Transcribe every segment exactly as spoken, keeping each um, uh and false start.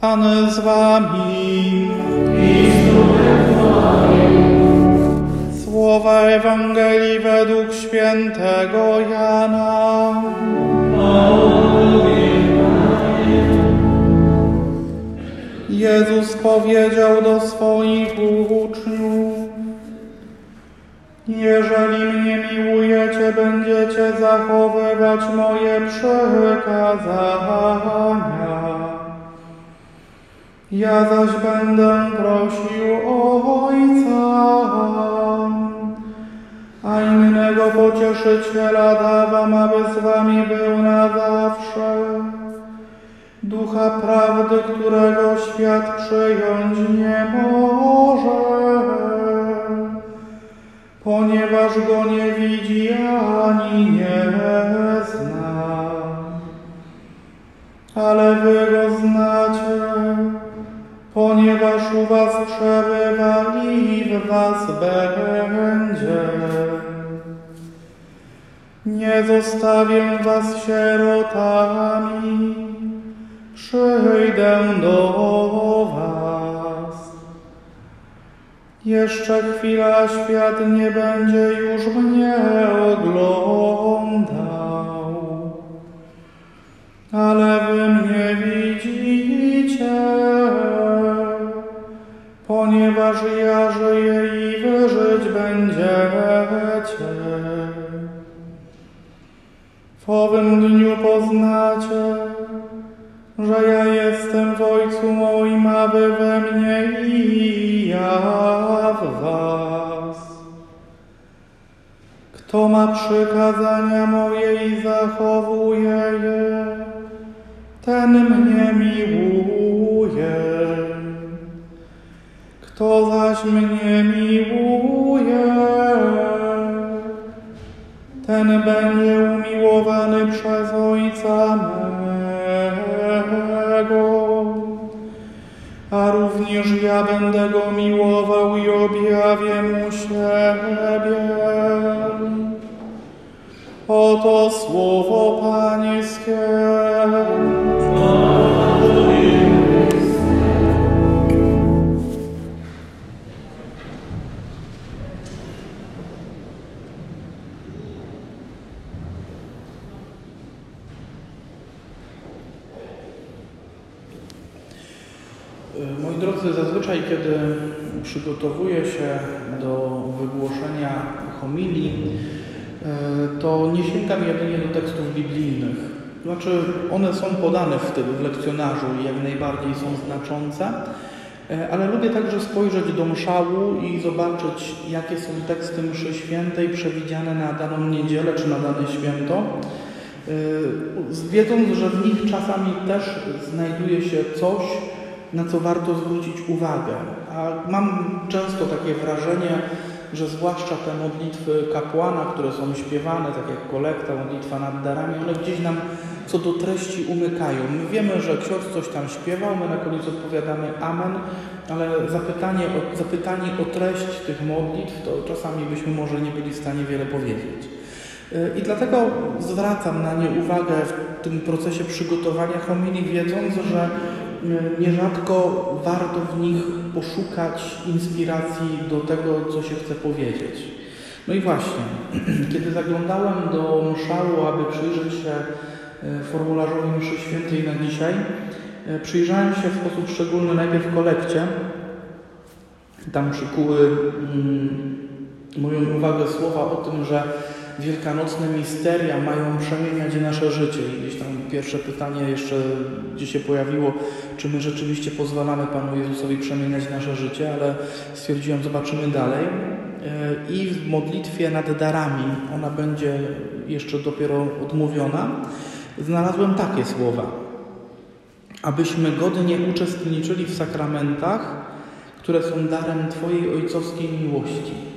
Pan z wami. I z duchem Twoim. Słowa Ewangelii według świętego Jana. Jezus powiedział do swoich uczniów: jeżeli mnie miłujecie, będziecie zachowywać moje przykazania. Ja zaś będę prosił o Ojca, a innego pocieszyciela da wam, aby z wami był na zawsze. Ducha prawdy, którego świat przyjąć nie może, ponieważ go nie widzi ani nie zna. Ale wy go znacie, ponieważ u was przebywa i w was będzie. Nie zostawię was sierotami, przyjdę do was. Jeszcze chwila, świat nie będzie już mnie oglądał, ale wy mnie widzicie, ponieważ ja żyję i wy żyć będziecie. W owym dniu poznacie, że ja jestem w Ojcu moim, a wy we mnie i ja w was. Kto ma przykazania moje i zachowuje je, ten mnie miłuje. Kto zaś mnie miłuje, ten będzie umiłowany przez Ojca mego, a również ja będę go miłował i objawię mu siebie. Oto słowo Pańskie. Moi drodzy, zazwyczaj, kiedy przygotowuję się do wygłoszenia homilii, to nie sięgam jedynie do tekstów biblijnych. Znaczy, one są podane wtedy w lekcjonarzu i jak najbardziej są znaczące, ale lubię także spojrzeć do mszału i zobaczyć, jakie są teksty mszy świętej przewidziane na daną niedzielę czy na dane święto, wiedząc, że w nich czasami też znajduje się coś, na co warto zwrócić uwagę. A mam często takie wrażenie, że zwłaszcza te modlitwy kapłana, które są śpiewane, tak jak kolekta, modlitwa nad darami, one gdzieś nam co do treści umykają. My wiemy, że ksiądz coś tam śpiewał, my na koniec odpowiadamy amen, ale zapytanie o, zapytanie o treść tych modlitw, to czasami byśmy może nie byli w stanie wiele powiedzieć. I dlatego zwracam na nie uwagę w tym procesie przygotowania homilii, wiedząc, że nierzadko warto w nich poszukać inspiracji do tego, co się chce powiedzieć. No i właśnie, kiedy zaglądałem do mszału, aby przyjrzeć się formularzowi mszy świętej na dzisiaj, przyjrzałem się w sposób szczególny najpierw kolekcie. Tam przykuły mm, moją uwagę słowa o tym, że wielkanocne misteria mają przemieniać nasze życie. I gdzieś tam pierwsze pytanie jeszcze gdzie się pojawiło, czy my rzeczywiście pozwalamy Panu Jezusowi przemieniać nasze życie, ale stwierdziłem, zobaczymy dalej. I w modlitwie nad darami, ona będzie jeszcze dopiero odmówiona, znalazłem takie słowa: abyśmy godnie uczestniczyli w sakramentach, które są darem Twojej ojcowskiej miłości.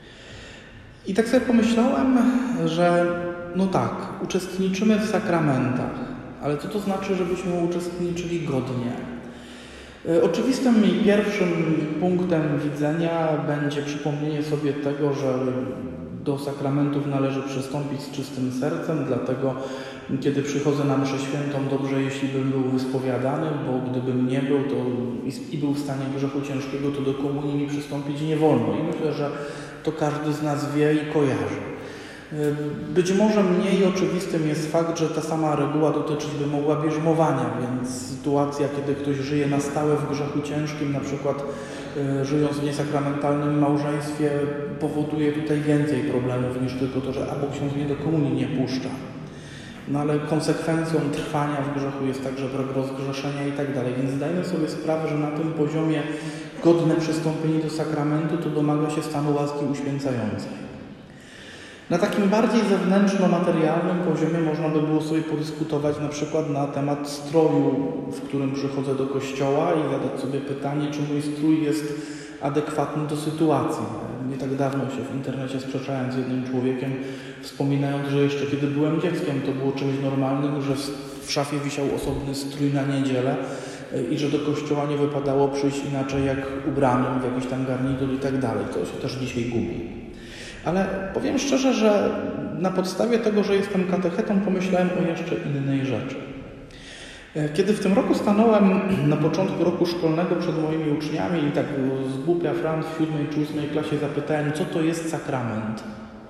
I tak sobie pomyślałem, że no tak, uczestniczymy w sakramentach, ale co to znaczy, żebyśmy uczestniczyli godnie? Oczywistym i pierwszym punktem widzenia będzie przypomnienie sobie tego, że do sakramentów należy przystąpić z czystym sercem, dlatego kiedy przychodzę na mszę świętą, dobrze jeśli bym był wyspowiadany, bo gdybym nie był to i, i był w stanie grzechu ciężkiego, to do komunii mi przystąpić nie wolno. I myślę, że to każdy z nas wie i kojarzy. Być może mniej oczywistym jest fakt, że ta sama reguła dotyczyć by mogła bierzmowania, więc sytuacja, kiedy ktoś żyje na stałe w grzechu ciężkim, na przykład y, żyjąc w niesakramentalnym małżeństwie, powoduje tutaj więcej problemów niż tylko to, że albo ksiądz mnie do komunii nie puszcza. No ale konsekwencją trwania w grzechu jest także brak rozgrzeszenia i tak dalej. Więc zdajmy sobie sprawę, że na tym poziomie godne przystąpienie do sakramentu to domaga się stanu łaski uświęcającej. Na takim bardziej zewnętrzno-materialnym poziomie można by było sobie podyskutować na przykład na temat stroju, w którym przychodzę do kościoła i zadać sobie pytanie, czy mój strój jest adekwatny do sytuacji. Nie tak dawno się w internecie sprzeczałem z jednym człowiekiem, wspominając, że jeszcze kiedy byłem dzieckiem, to było czymś normalnym, że w szafie wisiał osobny strój na niedzielę i że do kościoła nie wypadało przyjść inaczej jak ubranym w jakiś tam garnitur i tak dalej. To się też dzisiaj gubi. Ale powiem szczerze, że na podstawie tego, że jestem katechetą, pomyślałem o jeszcze innej rzeczy. Kiedy w tym roku stanąłem na początku roku szkolnego przed moimi uczniami i tak z głupia Franc w siódmej czy ósmej klasie zapytałem, co to jest sakrament,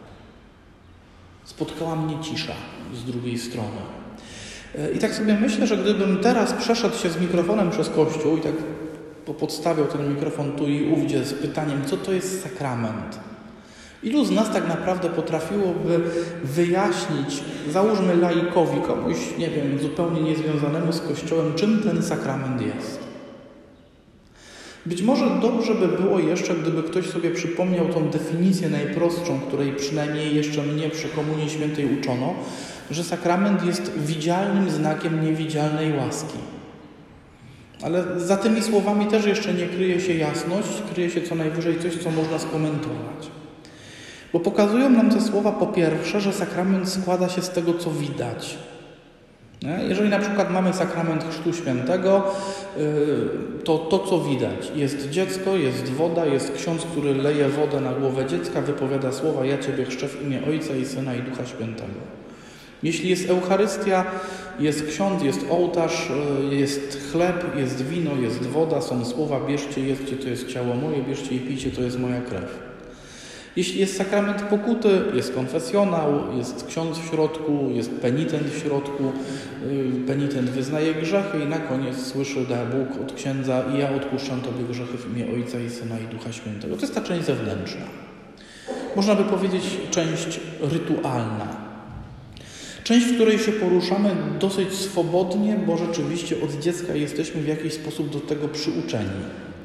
spotkała mnie cisza z drugiej strony. I tak sobie myślę, że gdybym teraz przeszedł się z mikrofonem przez kościół i tak podstawiał ten mikrofon tu i ówdzie z pytaniem, co to jest sakrament, ilu z nas tak naprawdę potrafiłoby wyjaśnić, załóżmy laikowi, komuś, nie wiem, zupełnie niezwiązanemu z Kościołem, czym ten sakrament jest? Być może dobrze by było jeszcze, gdyby ktoś sobie przypomniał tą definicję najprostszą, której przynajmniej jeszcze mnie przy Komunii Świętej uczono, że sakrament jest widzialnym znakiem niewidzialnej łaski. Ale za tymi słowami też jeszcze nie kryje się jasność, kryje się co najwyżej coś, co można skomentować. Bo pokazują nam te słowa po pierwsze, że sakrament składa się z tego, co widać. Nie? Jeżeli na przykład mamy sakrament Chrztu Świętego, to to, co widać. Jest dziecko, jest woda, jest ksiądz, który leje wodę na głowę dziecka, wypowiada słowa: ja Ciebie chrzczę w imię Ojca i Syna i Ducha Świętego. Jeśli jest Eucharystia, jest ksiądz, jest ołtarz, jest chleb, jest wino, jest woda, są słowa: bierzcie, jedzcie, to jest ciało moje, bierzcie i pijcie, to jest moja krew. Jeśli jest sakrament pokuty, jest konfesjonał, jest ksiądz w środku, jest penitent w środku, penitent wyznaje grzechy i na koniec słyszy: da Bóg od księdza i ja odpuszczam Tobie grzechy w imię Ojca i Syna i Ducha Świętego. To jest ta część zewnętrzna. Można by powiedzieć część rytualna. Część, w której się poruszamy dosyć swobodnie, bo rzeczywiście od dziecka jesteśmy w jakiś sposób do tego przyuczeni.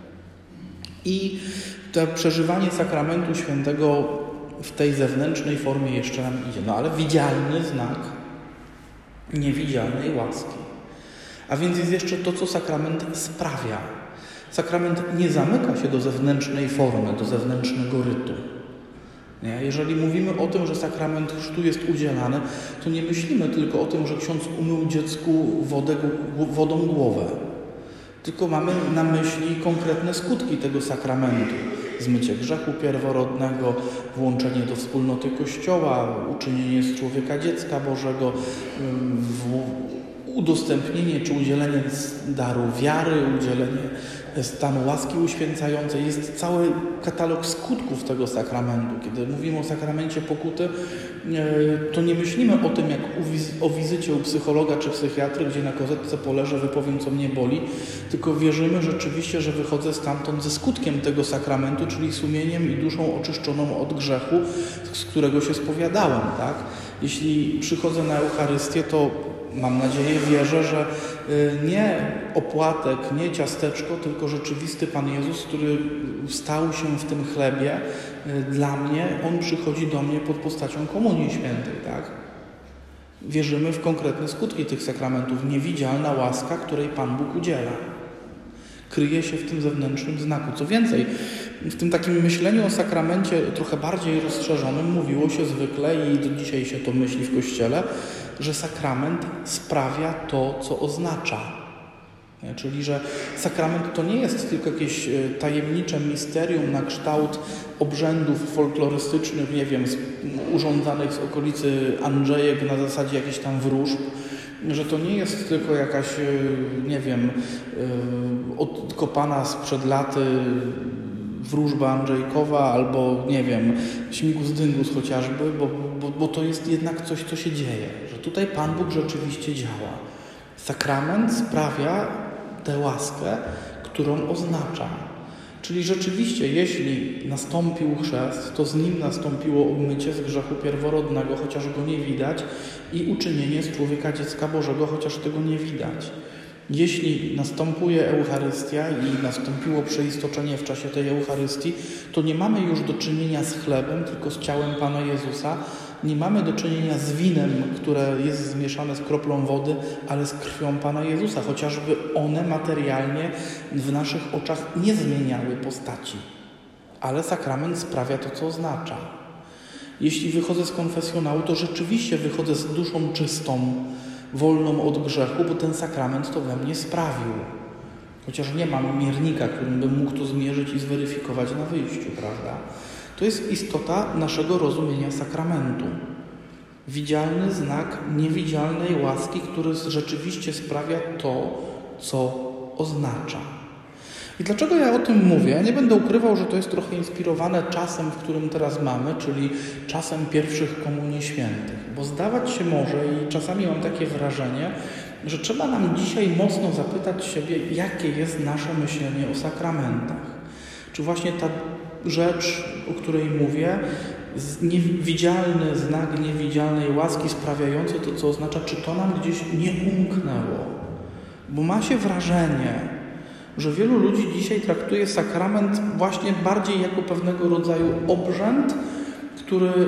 I to przeżywanie sakramentu świętego w tej zewnętrznej formie jeszcze nam idzie. No ale widzialny znak niewidzialnej łaski. A więc jest jeszcze to, co sakrament sprawia. Sakrament nie zamyka się do zewnętrznej formy, do zewnętrznego rytu. Nie? Jeżeli mówimy o tym, że sakrament chrztu jest udzielany, to nie myślimy tylko o tym, że ksiądz umył dziecku wodę, wodą głowę. Tylko mamy na myśli konkretne skutki tego sakramentu. Zmycie grzechu pierworodnego, włączenie do wspólnoty Kościoła, uczynienie z człowieka dziecka Bożego, udostępnienie czy udzielenie daru wiary, udzielenie stanu łaski uświęcającej. Jest cały katalog skutków tego sakramentu. Kiedy mówimy o sakramencie pokuty, to nie myślimy o tym, jak o wizycie u psychologa czy psychiatry, gdzie na kozetce poleżę, wypowiem, co mnie boli, tylko wierzymy rzeczywiście, że wychodzę stamtąd ze skutkiem tego sakramentu, czyli sumieniem i duszą oczyszczoną od grzechu, z którego się spowiadałem. Tak? Jeśli przychodzę na Eucharystię, to mam nadzieję, wierzę, że nie opłatek, nie ciasteczko, tylko rzeczywisty Pan Jezus, który stał się w tym chlebie dla mnie, On przychodzi do mnie pod postacią Komunii Świętej. Tak? Wierzymy w konkretne skutki tych sakramentów. Niewidzialna łaska, której Pan Bóg udziela, kryje się w tym zewnętrznym znaku. Co więcej, w tym takim myśleniu o sakramencie trochę bardziej rozszerzonym mówiło się zwykle i do dzisiaj się to myśli w Kościele, że sakrament sprawia to, co oznacza. Nie? Czyli, że sakrament to nie jest tylko jakieś tajemnicze misterium na kształt obrzędów folklorystycznych, nie wiem, z, urządzanych z okolicy Andrzejek na zasadzie jakichś tam wróżb, że to nie jest tylko jakaś, nie wiem, odkopana sprzed laty wróżba Andrzejkowa albo, nie wiem, śmigus dyngus chociażby, bo, bo, bo to jest jednak coś, co się dzieje, że tutaj Pan Bóg rzeczywiście działa. Sakrament sprawia tę łaskę, którą oznacza. Czyli rzeczywiście, jeśli nastąpił chrzest, to z nim nastąpiło obmycie z grzechu pierworodnego, chociaż go nie widać, i uczynienie z człowieka dziecka Bożego, chociaż tego nie widać. Jeśli następuje Eucharystia i nastąpiło przeistoczenie w czasie tej Eucharystii, to nie mamy już do czynienia z chlebem, tylko z ciałem Pana Jezusa. Nie mamy do czynienia z winem, które jest zmieszane z kroplą wody, ale z krwią Pana Jezusa, chociażby one materialnie w naszych oczach nie zmieniały postaci. Ale sakrament sprawia to, co oznacza. Jeśli wychodzę z konfesjonału, to rzeczywiście wychodzę z duszą czystą, wolną od grzechu, bo ten sakrament to we mnie sprawił. Chociaż nie mam miernika, którym bym mógł to zmierzyć i zweryfikować na wyjściu, prawda? To jest istota naszego rozumienia sakramentu. Widzialny znak niewidzialnej łaski, który rzeczywiście sprawia to, co oznacza. I dlaczego ja o tym mówię? Ja nie będę ukrywał, że to jest trochę inspirowane czasem, w którym teraz mamy, czyli czasem pierwszych komunii świętych. Bo zdawać się może, i czasami mam takie wrażenie, że trzeba nam dzisiaj mocno zapytać siebie, jakie jest nasze myślenie o sakramentach. Czy właśnie ta rzecz, o której mówię, niewidzialny znak niewidzialnej łaski sprawiający to, co oznacza, czy to nam gdzieś nie umknęło? Bo ma się wrażenie, że wielu ludzi dzisiaj traktuje sakrament właśnie bardziej jako pewnego rodzaju obrzęd, który y,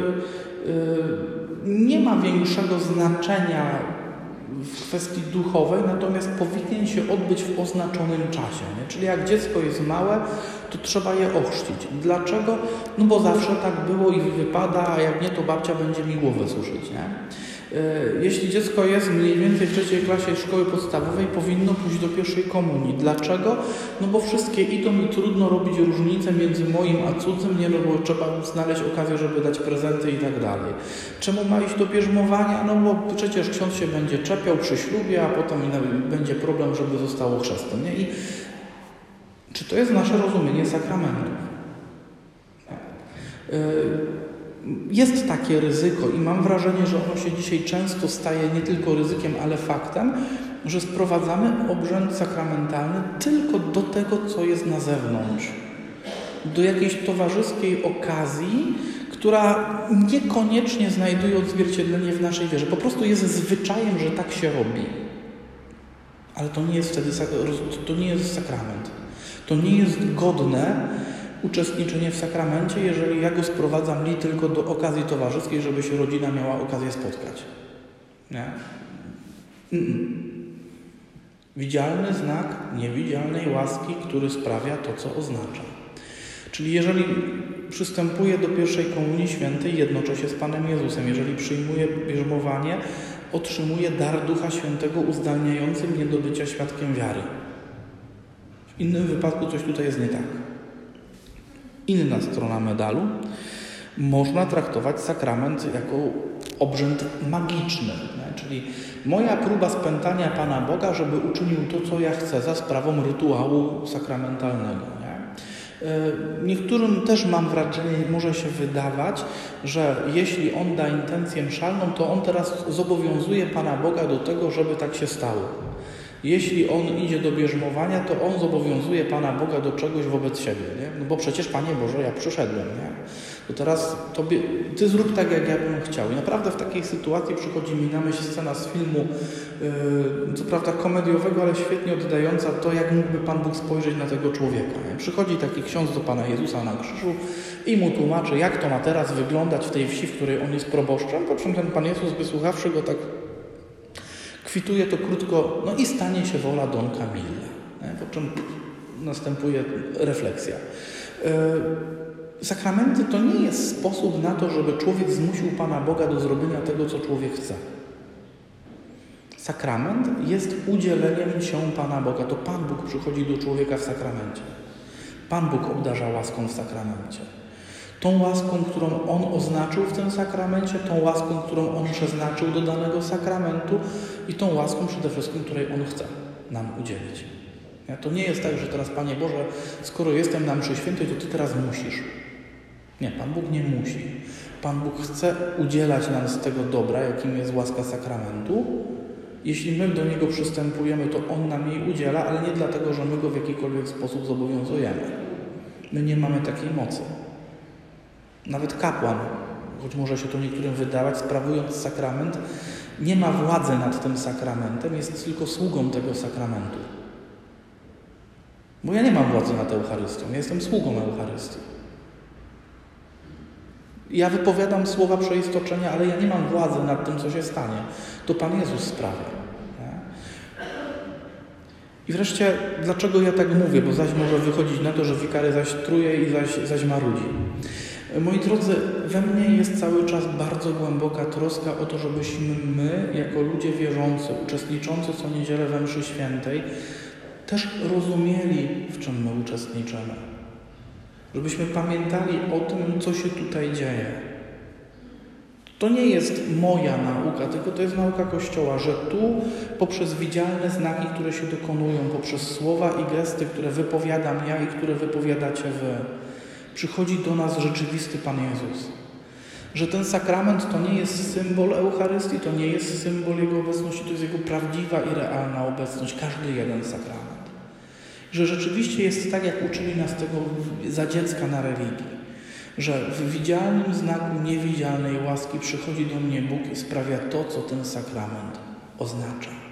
nie ma większego znaczenia w kwestii duchowej, natomiast powinien się odbyć w oznaczonym czasie. Nie? Czyli jak dziecko jest małe, to trzeba je ochrzcić. Dlaczego? No bo zawsze tak było i wypada, a jak nie, to babcia będzie mi głowę suszyć. Nie? Jeśli dziecko jest mniej więcej w trzeciej klasie szkoły podstawowej, powinno pójść do pierwszej komunii. Dlaczego? No bo wszystkie idą i trudno robić różnicę między moim a cudzym, nie, no bo trzeba znaleźć okazję, żeby dać prezenty i tak dalej. Czemu ma iść do bierzmowania? No bo przecież ksiądz się będzie czepiał przy ślubie, a potem będzie problem, żeby zostało chrzestem. Nie? I czy to jest nasze rozumienie sakramentów? Yy, Jest takie ryzyko i mam wrażenie, że ono się dzisiaj często staje nie tylko ryzykiem, ale faktem, że sprowadzamy obrzęd sakramentalny tylko do tego, co jest na zewnątrz. Do jakiejś towarzyskiej okazji, która niekoniecznie znajduje odzwierciedlenie w naszej wierze. Po prostu jest zwyczajem, że tak się robi. Ale to nie jest wtedy to nie jest sakrament. To nie jest godne uczestniczenie w sakramencie, jeżeli ja go sprowadzam li tylko do okazji towarzyskiej, żeby się rodzina miała okazję spotkać. Nie? Mm-mm. Widzialny znak niewidzialnej łaski, który sprawia to, co oznacza. Czyli jeżeli przystępuję do pierwszej komunii świętej, jednoczę się z Panem Jezusem. Jeżeli przyjmuję bierzmowanie, otrzymuję dar Ducha Świętego uzdalniający mnie do bycia świadkiem wiary. W innym wypadku coś tutaj jest nie tak. Inna strona medalu. Można traktować sakrament jako obrzęd magiczny. Nie? Czyli moja próba spętania Pana Boga, żeby uczynił to, co ja chcę, za sprawą rytuału sakramentalnego. Nie? Niektórym też mam wrażenie, może się wydawać, że jeśli on da intencję mszalną, to on teraz zobowiązuje Pana Boga do tego, żeby tak się stało. Jeśli on idzie do bierzmowania, to on zobowiązuje Pana Boga do czegoś wobec siebie. Nie? No bo przecież, Panie Boże, ja przyszedłem. Nie? To teraz tobie, Ty zrób tak, jak ja bym chciał. I naprawdę w takiej sytuacji przychodzi mi na myśl scena z filmu, yy, co prawda komediowego, ale świetnie oddająca to, jak mógłby Pan Bóg spojrzeć na tego człowieka. Nie? Przychodzi taki ksiądz do Pana Jezusa na krzyżu i mu tłumaczy, jak to ma teraz wyglądać w tej wsi, w której on jest proboszczem, po czym ten Pan Jezus, wysłuchawszy go, tak kwituje to krótko, no i stanie się wola Don Camilla. Nie? Po czym następuje refleksja. Yy, sakramenty to nie jest sposób na to, żeby człowiek zmusił Pana Boga do zrobienia tego, co człowiek chce. Sakrament jest udzieleniem się Pana Boga. To Pan Bóg przychodzi do człowieka w sakramencie. Pan Bóg obdarza łaską w sakramencie. Tą łaską, którą On oznaczył w tym sakramencie, tą łaską, którą On przeznaczył do danego sakramentu i tą łaską przede wszystkim, której On chce nam udzielić. To nie jest tak, że teraz, Panie Boże, skoro jestem na mszy świętej, to Ty teraz musisz. Nie, Pan Bóg nie musi. Pan Bóg chce udzielać nam z tego dobra, jakim jest łaska sakramentu. Jeśli my do Niego przystępujemy, to On nam jej udziela, ale nie dlatego, że my Go w jakikolwiek sposób zobowiązujemy. My nie mamy takiej mocy. Nawet kapłan, choć może się to niektórym wydawać, sprawując sakrament, nie ma władzy nad tym sakramentem, jest tylko sługą tego sakramentu. Bo ja nie mam władzy nad Eucharystią, ja jestem sługą Eucharystii. Ja wypowiadam słowa przeistoczenia, ale ja nie mam władzy nad tym, co się stanie. To Pan Jezus sprawia. Nie? I wreszcie, dlaczego ja tak mówię? Bo zaś może wychodzić na to, że wikary zaś truje i zaś, zaś marudzi. Moi drodzy, we mnie jest cały czas bardzo głęboka troska o to, żebyśmy my, jako ludzie wierzący, uczestniczący co niedzielę we mszy świętej, też rozumieli, w czym my uczestniczymy. Żebyśmy pamiętali o tym, co się tutaj dzieje. To nie jest moja nauka, tylko to jest nauka Kościoła, że tu poprzez widzialne znaki, które się dokonują, poprzez słowa i gesty, które wypowiadam ja i które wypowiadacie wy, przychodzi do nas rzeczywisty Pan Jezus. Że ten sakrament to nie jest symbol Eucharystii, to nie jest symbol Jego obecności, to jest Jego prawdziwa i realna obecność, każdy jeden sakrament. Że rzeczywiście jest tak, jak uczyli nas tego za dziecka na religii, że w widzialnym znaku niewidzialnej łaski przychodzi do mnie Bóg i sprawia to, co ten sakrament oznacza.